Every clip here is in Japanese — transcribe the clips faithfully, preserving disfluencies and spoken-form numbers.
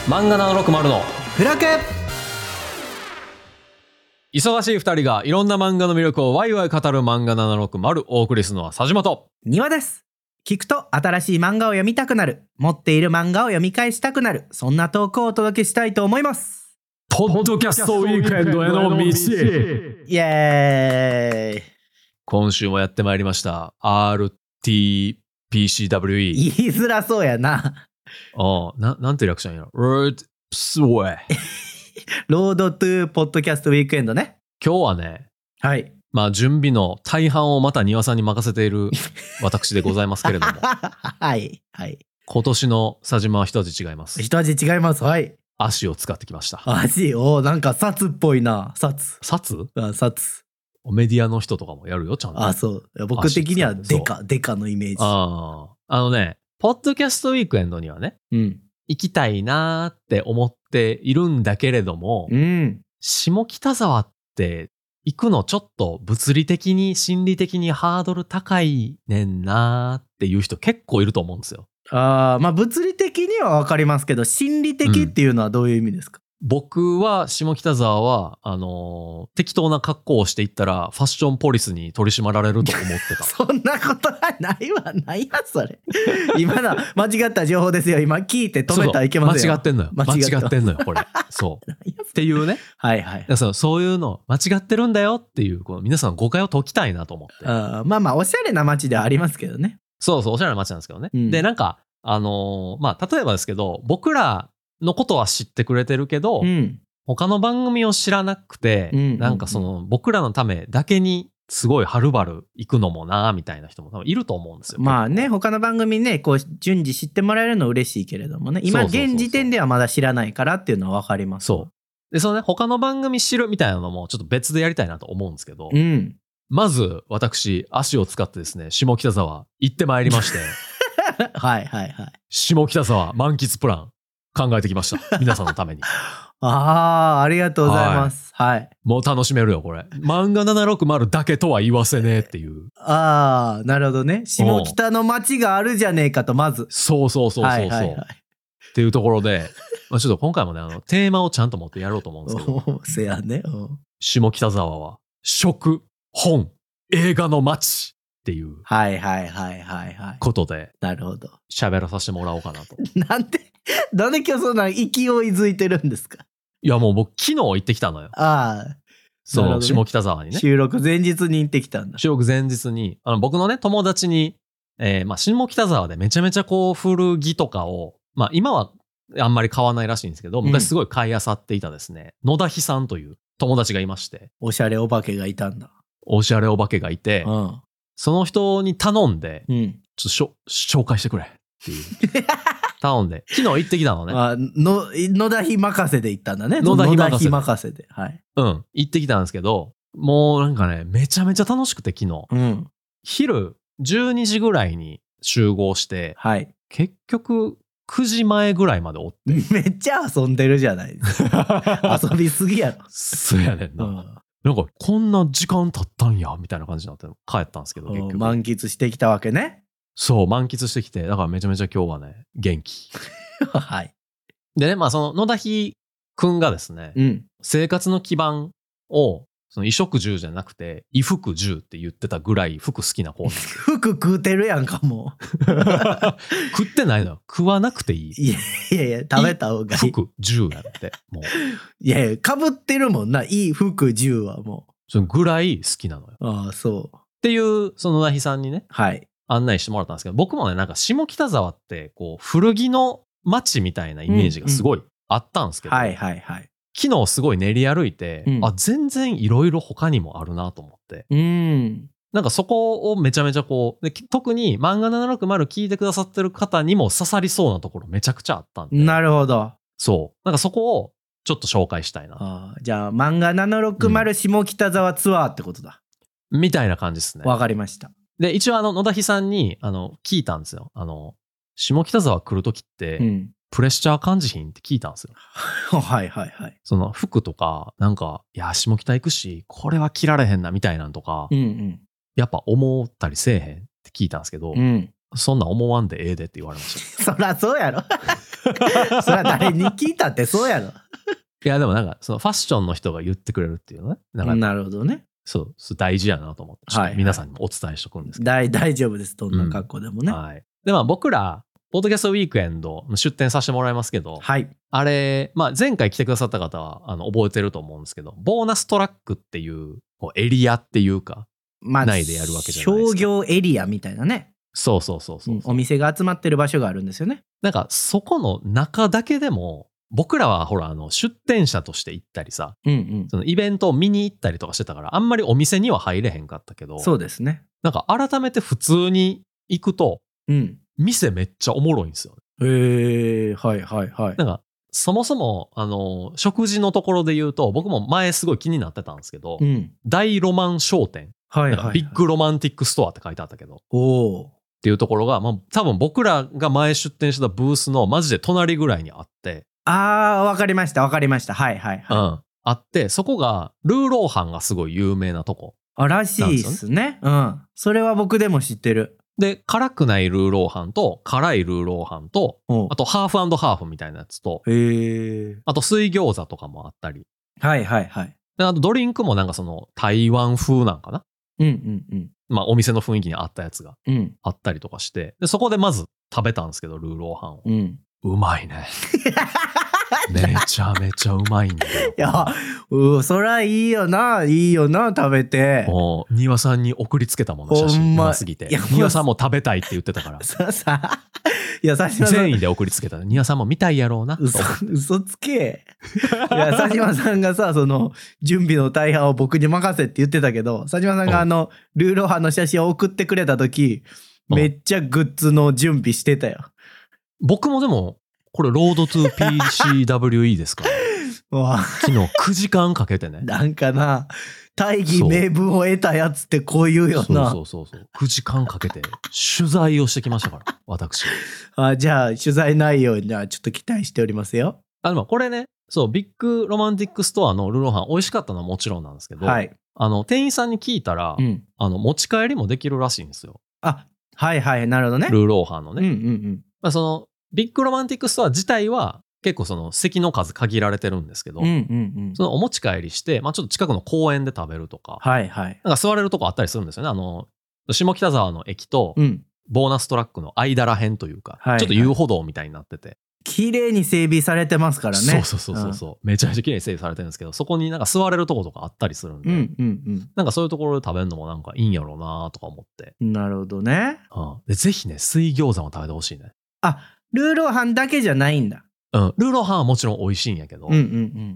漫画ななろくまるのフラク忙しいふたりがいろんな漫画の魅力をワイワイ語る漫画ななろくまる。お送りするのは佐島と庭です。聞くと新しい漫画を読みたくなる、持っている漫画を読み返したくなる、そんなトークをお届けしたいと思います。 ポッドキャストウィークエンドへの道。 イエーイ。 今週もやってまいりました アールティーピーシーダブリューイー。 言いづらそうやな。 ああ、な、なんて略したんやろ。ロードスウェイ。 ロードトゥーポッドキャストウィークエンドね。 今日はね、 はい。 まあ準備の大半をまた庭さんに任せている私でございますけれどもはいはい今年の佐島は一味違います。 一味違います。はい。 足を使ってきました。 足、おー、なんか札っぽいな。札札あ札メディアの人とかもやるよちゃんと。 あ、そう。僕的にはデカデカのイメージ。 ああ、あのね、ポッドキャストウィークエンドにはね、 うん、 行きたいなーって思っているんだけれども、 うん、 下北沢って行くのちょっと物理的に心理的にハードル高いねんなーっていう人結構いると思うんですよ。 あー、まあ物理的には分かりますけど、心理的っていうのはどういう意味ですか？ うん、僕は下北沢はあのー、適当な格好をしていったらファッションポリスに取り締まられると思ってた。 そんなことはないわ。ないやそれ。今の間違った情報ですよ。今聞いて止めたらいけませんよ。 間違ってんのよ。間違ってんのよこれ。そうっていうね。 はいはい。 そう、そういうの間違ってるんだよっていう、この皆さんの誤解を解きたいなと思って。 あ、まあまあおしゃれな街ではありますけどね。 そうそう、おしゃれな街なんですけどね。うん、でなんかあのー、まあ例えばですけど、僕らのことは知ってくれてるけど、うん、他の番組を知らなくて、うんうんうん、なんかその僕らのためだけにすごいはるばる行くのもなみたいな人も多分いると思うんですよ。 まあね、他の番組ね、こう順次知ってもらえるの嬉しいけれどもね、今現時点ではまだ知らないからっていうのは分かります。 そうで、そのね、他の番組知るみたいなのもちょっと別でやりたいなと思うんですけど、 うん、 まず私足を使ってですね、下北沢行ってまいりましてはいはいはい。 下北沢満喫プラン考えてきました皆さんのために。 ああ、ありがとうございます。はい。はい、 もう楽しめるよこれ。漫画ななろくまるだけとは言わせねえっていう。 ああ、なるほどね。下北の街があるじゃねえかとまず。 そうそうそうそうそう。はいはいはい、っていうところで、まあ、ちょっと今回もね、あのテーマをちゃんと持ってやろうと思うんですけど。 せやね。 下北沢は食、本、映画の街っていう。 はいはいはいはいはい。 ことで。 なるほど。 喋らさせてもらおうかなと。 なんで、なんで今日そんな勢いづいてるんですか？ いやもう僕昨日行ってきたのよ。 ああ。 その下北沢にね。 収録前日に行ってきたんだ。 収録前日に、あの僕のね、友達に、えー、まあ下北沢でめちゃめちゃこう古着とかを、まあ今はあんまり買わないらしいんですけど、昔すごい買い漁っていたですね、うん、野田ひさんという友達がいまして。 おしゃれお化けがいたんだ。 おしゃれお化けがいて、うん、その人に頼んで、うん、ちょっとしょ紹介してくれっていう。頼んで。昨日行ってきたのね。 あの野田ひ任せで行ったんだね。 野田ひ任せで。 任せで。はい。 うん。行ってきたんですけど、もうなんかね、めちゃめちゃ楽しくて昨日。うん。昼じゅうにじぐらいに集合して、はい。結局くじまえぐらいまでおって。 めっちゃ遊んでるじゃないですか。遊びすぎやろ。 そうやねんな。うん、なんかこんな時間経ったんやみたいな感じになって帰ったんですけど、結局満喫してきたわけね。 そう満喫してきて、だからめちゃめちゃ今日はね元気。 はい。 でね、まあその野田ひくんがですね、うん、生活の基盤をその衣食住じゃなくて衣服住って言ってたぐらい服好きな子なんですよ。 服食うてるやんかもう。 食ってないのよ。食わなくていい。 いやいやいや食べた方がいい。 服住やってもう。 いやいや被ってるもんな。いい服住はもう。 そのぐらい好きなのよ。 ああそう。 っていうその野田ひさんにね。 はい。 案内してもらったんですけど、僕もねなんか下北沢ってこう古着の街みたいなイメージがすごいあったんですけど、 うんうん、はいはいはい。 昨日すごい練り歩いて、うん、あ全然いろいろ他にもあるなと思って、うん、なんかそこをめちゃめちゃこうで特に漫画ななろくまる聞いてくださってる方にも刺さりそうなところめちゃくちゃあったんで。 なるほど。 そうなんかそこをちょっと紹介したいな。 あじゃあ漫画ななろくまる下北沢ツアーってことだ、 うん、みたいな感じですね。 わかりました。 で、一応あの、野田ひさんに、あの、聞いたんですよ。あの、下北沢来るときって、うん、プレッシャー感じひんって聞いたんですよ。 はいはいはい。 その服とか、なんか、いや、下北行くし、これは着られへんなみたいなんとか、うんうん、やっぱ思ったりせえへんって聞いたんですけど、うん、そんな思わんでええでって言われました。 そらそうやろ。 それは誰に聞いたってそうやろ。 いやでもなんかそのファッションの人が言ってくれるっていうのね。なんかなるほどね。 そう、大事やなと思って、はいはい、皆さんにもお伝えしとくんですけど。 大大丈夫です。どんな格好でもね。 うん、はい。でまあ僕らポッドキャストウィークエンド出展させてもらいますけど、 はい。 あれ、まあ、前回来てくださった方はあの覚えてると思うんですけど、ボーナストラックっていうこうエリアっていうか、まあ、内でやるわけじゃないですか。商業エリアみたいなね。 そうそうそうそう、うん、 お店が集まってる場所があるんですよね。 なんかそこの中だけでも僕らはほらあの出店者として行ったりさ、うんうん、そのイベントを見に行ったりとかしてたからあんまりお店には入れへんかったけど、 そうですね。 なんか改めて普通に行くと、うん、店めっちゃおもろいんですよね。 へえ、はいはいはい。 なんかそもそもあの食事のところで言うと僕も前すごい気になってたんですけど、うん、大ロマン商店、はいはいはい、ビッグロマンティックストアって書いてあったけど、おっていうところが、まあ、多分僕らが前出店したブースのマジで隣ぐらいにあって、 あーわかりましたわかりましたはいはいはい、うん、 あってそこがルーローハンがすごい有名なとこあらしいっすね。うん。それは僕でも知ってる。 で、辛くないルーローハンと、辛いルーローハンと、あとハーフ&ハーフみたいなやつと、へあと水餃子とかもあったり。 はいはいはい。 であとドリンクもなんかその台湾風なんかな。うんうんうん。まあお店の雰囲気に合ったやつがあったりとかして、でそこでまず食べたんですけど、ルーローハンを。うん。うまいね。めちゃめちゃうまいんだよ。 いや、うそりゃいいよな、いいよな、食べて。 もう、庭さんに送りつけたもの、写真うますぎて。庭さんも食べたいって言ってたから。ささ、いや、佐島さん。全員で送りつけた。庭さんも見たいやろうな。 嘘、嘘つけ。いや、佐島さんがさ、その、準備の大半を僕に任せって言ってたけど、佐島さんがあの、ルーローハンの写真を送ってくれた時、めっちゃグッズの準備してたよ。 僕もでも、これロードトゥ ピーシーダブリューイー ですか昨日くじかんかけてね。 なんかな、大義名分を得たやつってこう言うよな。 そうそうそうそう。くじかんかけて取材をしてきましたから、私。 あ、じゃあ取材内容にはちょっと期待しておりますよ。 あ、でもこれね、そう、ビッグロマンティックストアのルーローハン美味しかったのはもちろんなんですけど、はい、あの店員さんに聞いたら、うん、あの持ち帰りもできるらしいんですよ。 あ、はいはい、なるほどね。 ルーローハンのね。うんうんうん。まあ、そのビッグロマンティックストア自体は結構その席の数限られてるんですけど、うんうんうん、そのお持ち帰りして、まあ、ちょっと近くの公園で食べるとか、はいはい、なんか座れるとこあったりするんですよね。あの下北沢の駅とボーナストラックの間らへんというか、はいはい、ちょっと遊歩道みたいになってて、 綺麗に整備されてますからね。 そうそうそうそう、うん、めちゃめちゃ綺麗に整備されてるんですけど、そこになんか座れるとことかあったりするんで、うんうんうん、なんかそういうところで食べるのもなんかいいんやろうなとか思って。 なるほどね、 うん、でぜひね水餃子も食べてほしいね。 あ、ルーローハンだけじゃないんだ。 うん、ルーローハンはもちろん美味しいんやけど、うんうんうん、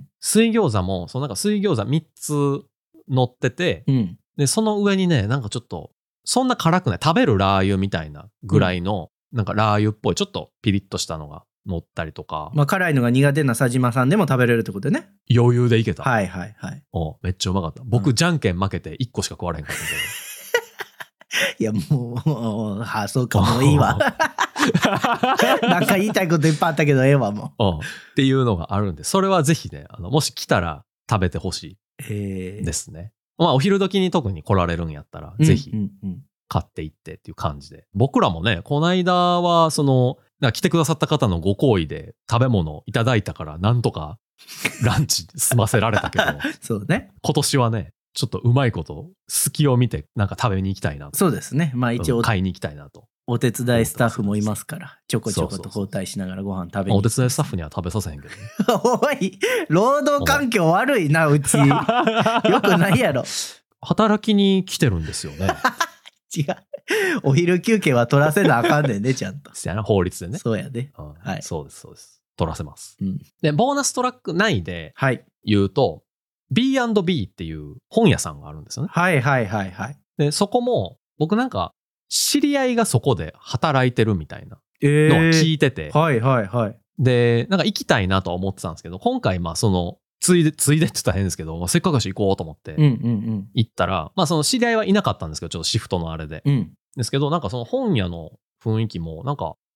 水餃子もそのなんか水餃子みっつ乗ってて、うん、でその上にねなんかちょっとそんな辛くない食べるラー油みたいなぐらいの、うん、なんかラー油っぽいちょっとピリッとしたのが乗ったりとか、 まあ、辛いのが苦手な佐島さんでも食べれるってことでね。 余裕でいけた。 はいはいはい。 おめっちゃうまかった。僕、うん、じゃんけん負けていっこしか食われへんかったけどいやもうあそうかもういいわなんか言いたいこといっぱいあったけどええわもう、うん、 っていうのがあるんで、それはぜひねあのもし来たら食べてほしいですね。まあお昼時に特に来られるんやったら、うん、ぜひ買っていってっていう感じで、僕らもねこの間はその来てくださった方のご好意で食べ物いただいたからなんとかランチ済ませられたけどそうね、 今年はねちょっとうまいこと隙を見てなんか食べに行きたいなと。 そうですね、まあ一応、うん、 買いに行きたいなと。 お手伝いスタッフもいますからちょこちょこと交代しながらご飯食べに行きたい、 まあ、お手伝いスタッフには食べさせへんけどねおい労働環境悪いなうちよくないやろ。 働きに来てるんですよね違う、お昼休憩は取らせなあかんねんねちゃんと法律でね。 そうやで、 うん、はい、そうですそうです、取らせます、うん、でボーナストラック内で言うと、はい、ビーアンドビー っていう本屋さんがあるんですよね。 はいはいはいはい。 でそこも僕なんか知り合いがそこで働いてるみたいなのを聞いてて、えー、 はいはいはい。 でなんか行きたいなとは思ってたんですけど、今回まあそのついでついでって言ったら変ですけど、まあ、せっかくだし行こうと思って行ったら、うんうんうん、まあその知り合いはいなかったんですけど、ちょっとシフトのあれで、うん、ですけどなんかその本屋の雰囲気もなんか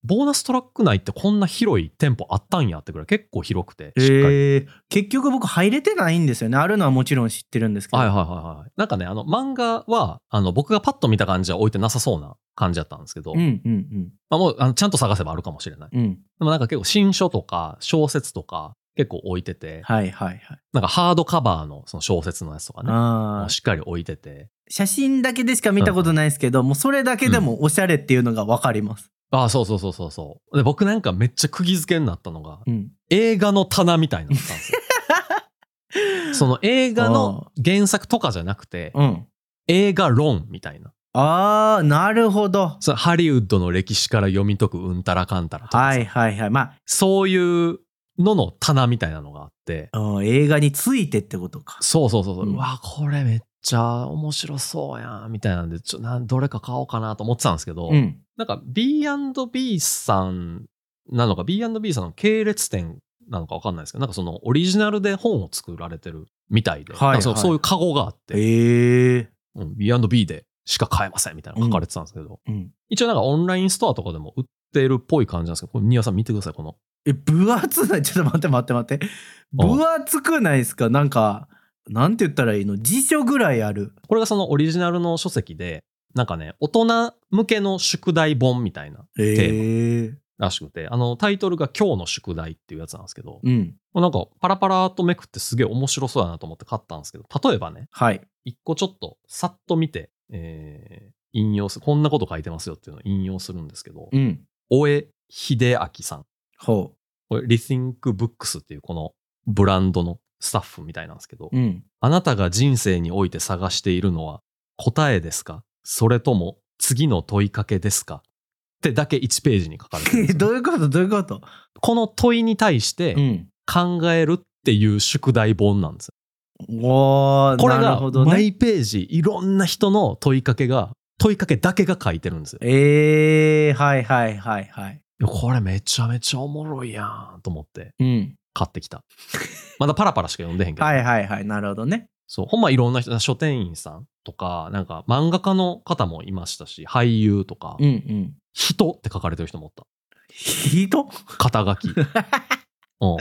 ボーナストラック内ってこんな広い店舗あったんやってぐらい結構広くて、 しっかり。えー、結局僕入れてないんですよね。あるのはもちろん知ってるんですけど。 はいはいはいはい。なんかね、あの漫画は、あの僕がパッと見た感じは置いてなさそうな感じだったんですけど、 うんうんうん。 まあ、もうあのちゃんと探せばあるかもしれない。 うん。 でもなんか結構新書とか小説とか結構置いてて、 はいはいはい。 なんかハードカバーのその小説のやつとかね、 あしっかり置いてて。 写真だけでしか見たことないですけど、うん、もうそれだけでもおしゃれっていうのが分かります。 うん、ああ、そうそうそうそうそう。で、僕なんかめっちゃ釘付けになったのが、 うん、 映画の棚みたいなのだったんですよ。その映画の原作とかじゃなくて、うん、映画論みたいな。 ああ、なるほど。 そハリウッドの歴史から読み解くうんたらかんたらとかさ、 はいはいはい。まあ、 そういうのの棚みたいなのがあって、 映画についてってことか。 そうそうそうそう、うん、うわこれめっちゃ面白そうやんみたいなんで、ちょなどれか買おうかなと思ってたんですけど、うん、なんか ビーアンドビー さんなのか ビーアンドビー さんの系列店なのか分かんないですけど、なんかそのオリジナルで本を作られてるみたいで、はいはい、そ, そういうカゴがあって、 へー、 うん、ビーアンドビー でしか買えませんみたいなの書かれてたんですけど、うんうん、一応なんかオンラインストアとかでも売ってるっぽい感じなんですけど、これ新輪さん見てください、この。 え、分厚ない？ちょっと待って待って待って。分厚くないですか？なんか、なんて言ったらいいの？辞書ぐらいある。 これがそのオリジナルの書籍で、なんかね、大人向けの宿題本みたいなテーマらしくて、あのタイトルが今日の宿題っていうやつなんですけど、うん、なんかパラパラとめくってすげえ面白そうだなと思って買ったんですけど、例えばね、はい、一個ちょっとさっと見て、えー、引用する、こんなこと書いてますよっていうのを引用するんですけど、うん、大江秀明さん。ほう。これ、Rethink Books っていうこのブランドのスタッフみたいなんですけど、うん、あなたが人生において探しているのは答えですか？それとも次の問いかけですか？ってだけいちページに書かれてるんですよ。 どういうことどういうこと？ この問いに対して考えるっていう宿題本なんですよ。おー、これが毎ページいろんな人の問いかけが、問いかけだけが書いてるんですよ。 えー、はいはいはいはい。 これめちゃめちゃおもろいやんと思って買ってきた。うん、まだパラパラしか読んでへんけど、 ね。はいはいはい、なるほどね。 そう、ほんまいろんな人、書店員さんとか、なんか漫画家の方もいましたし、俳優とか、うんうん、人って書かれてる人もおった。 人？ 肩書き。 うん、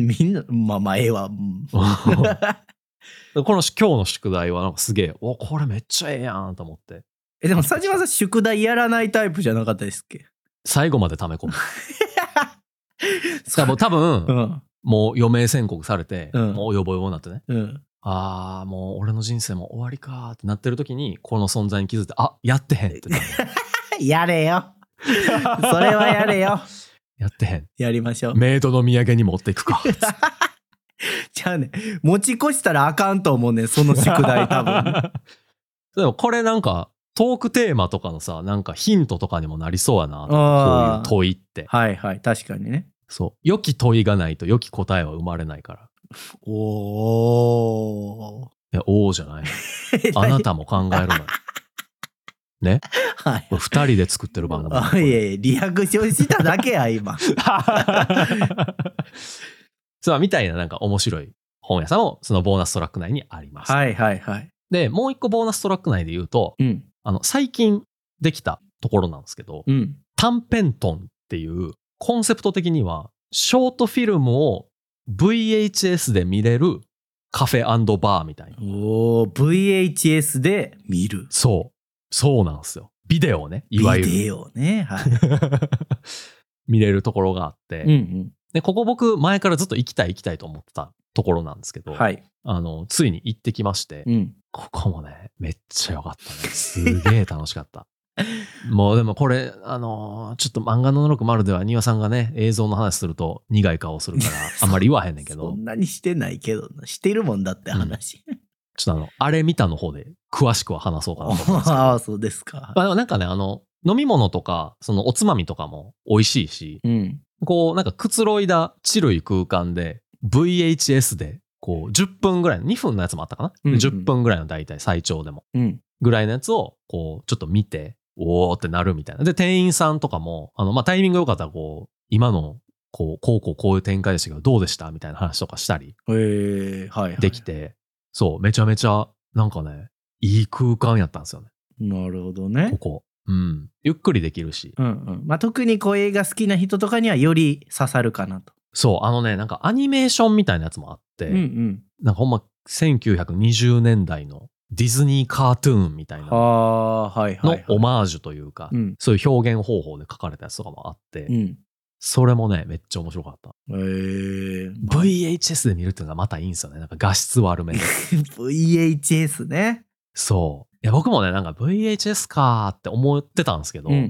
みんな、まあまあええわ。うん、この今日の宿題はなんかすげえ、お、これめっちゃええやんと思って。 え、でも佐島さん宿題やらないタイプじゃなかったですっけ？ 最後まで溜め込む。多分、うん、もう余命宣告されて、うん、もうヨボヨボになってね。うん、ああ、もう俺の人生も終わりかってなってる時に、この存在に気づいて、あ、やってへんってなる。 やれよ。それはやれよ。 やってへん。 やりましょう。 メイドの土産に持っていくか。 じゃあね、持ち越したらあかんと思うね、その宿題多分。 でもこれなんか、トークテーマとかのさ、なんかヒントとかにもなりそうやな。こういう問いって。 はいはい、確かにね。 そう。良き問いがないと良き答えは生まれないから。おー。いや、おーじゃない。あなたも考えるのよ。ね。はい。二人で作ってる番組。 いやいや、リアクションしただけや、今。 そう、みたいななんか面白い本屋さんもそのボーナストラック内にあります。 はいはいはい。 で、もう一個ボーナストラック内で言うと、うん、あの、最近できたところなんですけど、うん、短編トンっていうコンセプト的には、ショートフィルムを ブイエイチエス で見れるカフェ&バーみたいな。 おー、ブイエイチエス で見る。 そう。そうなんですよ。ビデオね。いわゆる。 ビデオね。はい。 見れるところがあって、うんうん、で、ここ僕前からずっと行きたい行きたいと思ってたところなんですけど、はい、あの、ついに行ってきまして、うん、ここもね、めっちゃ良かったね。すげえ楽しかった。もうでもこれ、あのー、ちょっと漫画ののろくまるでは庭さんがね、映像の話すると苦い顔するから、あんまり言わへんねんけど。 そんなにしてないけどな。してるもんだって話。うん、 ちょっとあの、あれ見たの方で詳しくは話そうかなと思うんですけど。 ああ、そうですか。 まあなんかね、あの、飲み物とか、そのおつまみとかも美味しいし、うん、こう、なんかくつろいだちるい空間で ブイエイチエス で、こう、じゅっぷんぐらいの、にふんのやつもあったかな、うんうん、じゅっぷんぐらいの大体最長でも、うん、ぐらいのやつを、こう、ちょっと見て、おーってなるみたいな。で、店員さんとかも、あの、まあ、タイミング良かったら、こう、今の、こう、こうこうこういう展開でしたけど、どうでしたみたいな話とかしたり、 へー、はいはい、 できて、そう、めちゃめちゃ、なんかね、いい空間やったんですよね。 なるほどね。 ここ。 うん。ゆっくりできるし。 うんうん。まあ特にこう映画好きな人とかにはより刺さるかなと。 そう、あのね、なんかアニメーションみたいなやつもあって、 うんうん。 なんかほんませんきゅうひゃくにじゅうねんだいのディズニーカートゥーンみたいなののオマージュというか、そういう表現方法で書かれたやつとかもあって、うん、それもね、めっちゃ面白かった。 へー、 ブイエイチエス で見るっていうのがまたいいんですよね。なんか画質悪めで。 ブイエイチエス ね。 そう。いや僕もね、なんか ブイエイチエス かーって思ってたんですけど、うんうんうん、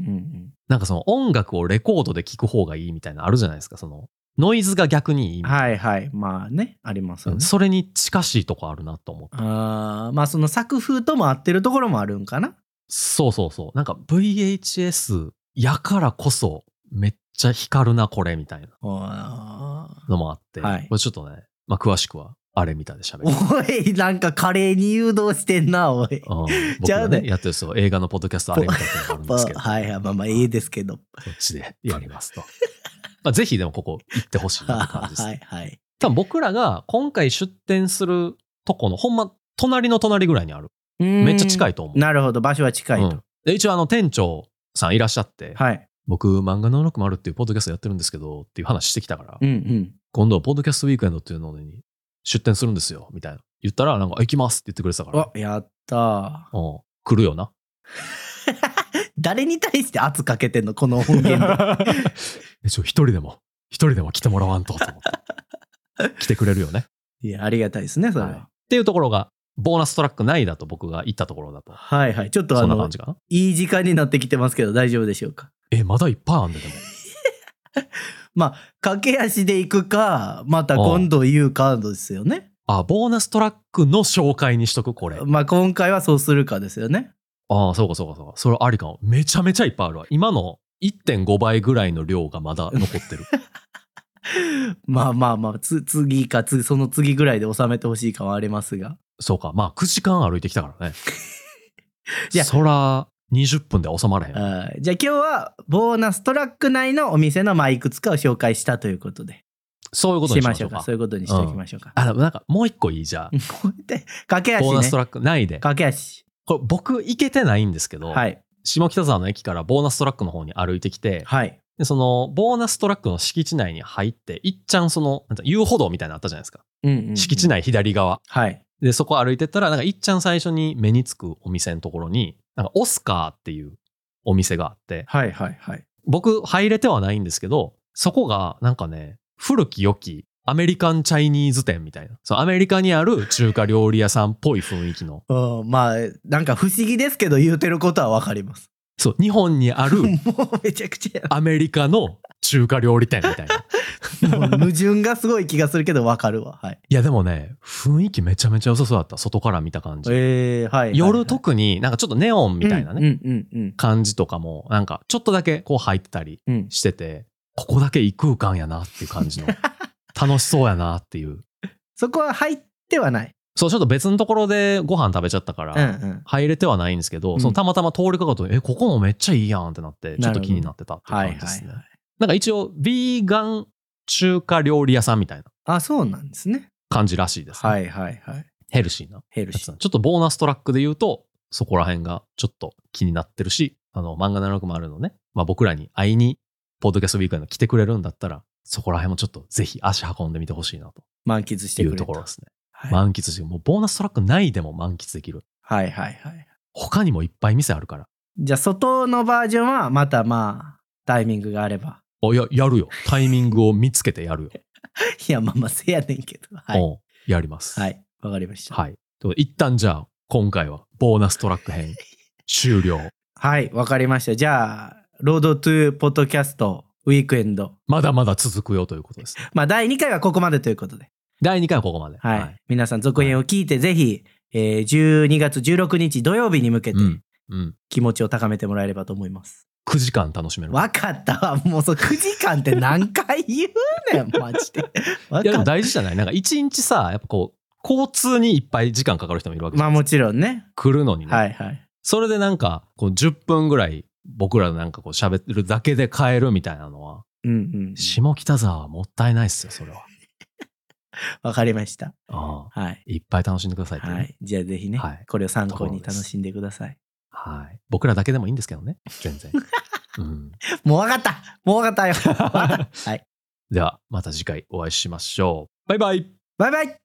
なんかその音楽をレコードで聴く方がいいみたいなのあるじゃないですか。そのノイズが逆にいいみたいな。 はいはい。まあね、ありますよね。 それに近しいとこあるなと思って。 ああ、まあその作風とも合ってるところもあるんかな。 そうそうそう。なんか ブイエイチエス やからこそめっちゃ光るなこれみたいなのもあって、はい、これちょっとね、まあ詳しくはあれみたいで喋る。 おい、なんか華麗に誘導してんな、おい。 うん、僕がね、やってるそう映画のポッドキャストあれみたいなのがあるんですけど。 はいはい、まあまあいいですけど。 そっちでやりますと。まあぜひでもここ行ってほしいなって感じです。 はいはい。 多分僕らが今回出店するとこのほんま隣の隣ぐらいにある。めっちゃ近いと思う。 なるほど、場所は近いと。うん、 で一応あの店長さんいらっしゃって、はい、僕漫画のろくまるっていうポッドキャストやってるんですけどっていう話してきたから、うんうん、今度ポッドキャストウィークエンドっていうのに出店するんですよみたいな言ったらなんか行きますって言ってくれてたから。 あ、やったー。 うん、来るよな。 誰に対して圧かけてんのこの音源で。ちょ一人でも一人でも来てもらわんとと思って来てくれるよね。 いやありがたいですねそれは、はい、 っていうところがボーナストラックないだと僕が言ったところだと。 はいはい。ちょっとあの、そんな感じかな。いい時間になってきてますけど大丈夫でしょうか。 え、まだいっぱいあんででも。 まあ、駆け足で行くか、また今度言うカードですよね。 ああ、ボーナストラックの紹介にしとく、これ。 まあ今回はそうするかですよね。 ああ、そうかそうかそうか。それありかも。めちゃめちゃいっぱいあるわ。今の いってんご 倍ぐらいの量がまだ残ってる。 まあまあまあ、つ、次かつ、その次ぐらいで収めてほしいかはありますが。 そうか。まあくじかん歩いてきたからね。いや、そらにじゅっぷんで収まらへん。 あじゃあ今日はボーナストラック内のお店のまあいくつかを紹介したということで。 そういうことにしましょうか。 そういうことにしておきましょうか。 うん、あ、なんかもう一個いいじゃあ。 駆け足ね。 ボーナストラック内で。 駆け足。 これ僕行けてないんですけど、はい、下北沢の駅からボーナストラックの方に歩いてきて、はい、でそのボーナストラックの敷地内に入っていっちゃんそのなん遊歩道みたいなのあったじゃないですか、うんうんうん、敷地内左側、はい、でそこ歩いてったらなんかいっちゃん最初に目につくお店のところになんかオスカーっていうお店があって、はいはいはい、僕入れてはないんですけどそこがなんかね古き良きアメリカンチャイニーズ店みたいな。そう、アメリカにある中華料理屋さんっぽい雰囲気の。 うん、まあ、なんか不思議ですけど言うてることはわかります。 そう、日本にあるもうめちゃくちゃアメリカの中華料理店みたいな。 もう矛盾がすごい気がするけどわかるわ。はい。 いやでもね、雰囲気めちゃめちゃ良さそうだった。外から見た感じ。 えー、はい、はいはい。 夜特になんかちょっとネオンみたいなね、うんうんうんうん、感じとかもなんかちょっとだけこう入ってたりしてて、うん、ここだけ異空間やなっていう感じの。楽しそうやなっていう。 そこは入ってはない。 そう、ちょっと別のところでご飯食べちゃったから、入れてはないんですけど、うん、そのたまたま通りかかったと、え、ここもめっちゃいいやんってなって、ちょっと気になってたって感じですね。はいはいはい、なんか一応、ビーガン中華料理屋さんみたいな。 あ、そうなんですね。 感じらしいですね。 はいはいはい。 ヘルシーな。 ヘルシー。 ちょっとボーナストラックで言うと、そこら辺がちょっと気になってるし、あの、漫画ななひゃくのね、まあ僕らに会いに、ポッドキャストウィークエンド来てくれるんだったら、そこら辺もちょっとぜひ足運んでみてほしいなと。 満喫してくれる。 いうところですね。はい、満喫して、もうボーナストラックないでも満喫できる。 はいはいはい。 他にもいっぱい店あるから。 じゃあ外のバージョンはまたまあタイミングがあれば。 あ、や、やるよ。タイミングを見つけてやるよ。 いやまあまあせやねんけど。はい。 やります。 はい。わかりました。 はい。一旦じゃあ今回はボーナストラック編終了。 はい。わかりました。じゃあ、ロードトゥーポッドキャスト。ウィークエンド。 まだまだ続くよということですね。 まあだいにかいはここまでということで。 だいにかいはここまで。 はい。はい、皆さん続編を聞いて、はい、ぜひ、えー、じゅうにがつじゅうろくにち土曜日に向けて、うんうん、気持ちを高めてもらえればと思います。 くじかん楽しめる。 わかったわ。もうそうくじかんって何回言うねん、マジで。 いやでも大事じゃない？なんかいちにちさ、やっぱこう、交通にいっぱい時間かかる人もいるわけじゃないですか。 まあもちろんね。 来るのにね。 はいはい。 それでなんか、こうじゅっぷんぐらい僕らなんかこう喋ってるだけで帰るみたいなのは、うんうんうん、下北沢はもったいないっすよ、それは。 わかりました。 ああ、はい。いっぱい楽しんでくださいって、ね。 はい。じゃあぜひね、はい、これを参考に楽しんでください。 ははい。僕らだけでもいいんですけどね。全然。うん、 もう分かったもう分かったよ。はい。 では、また次回お会いしましょう。バイバイ。 バイバイ。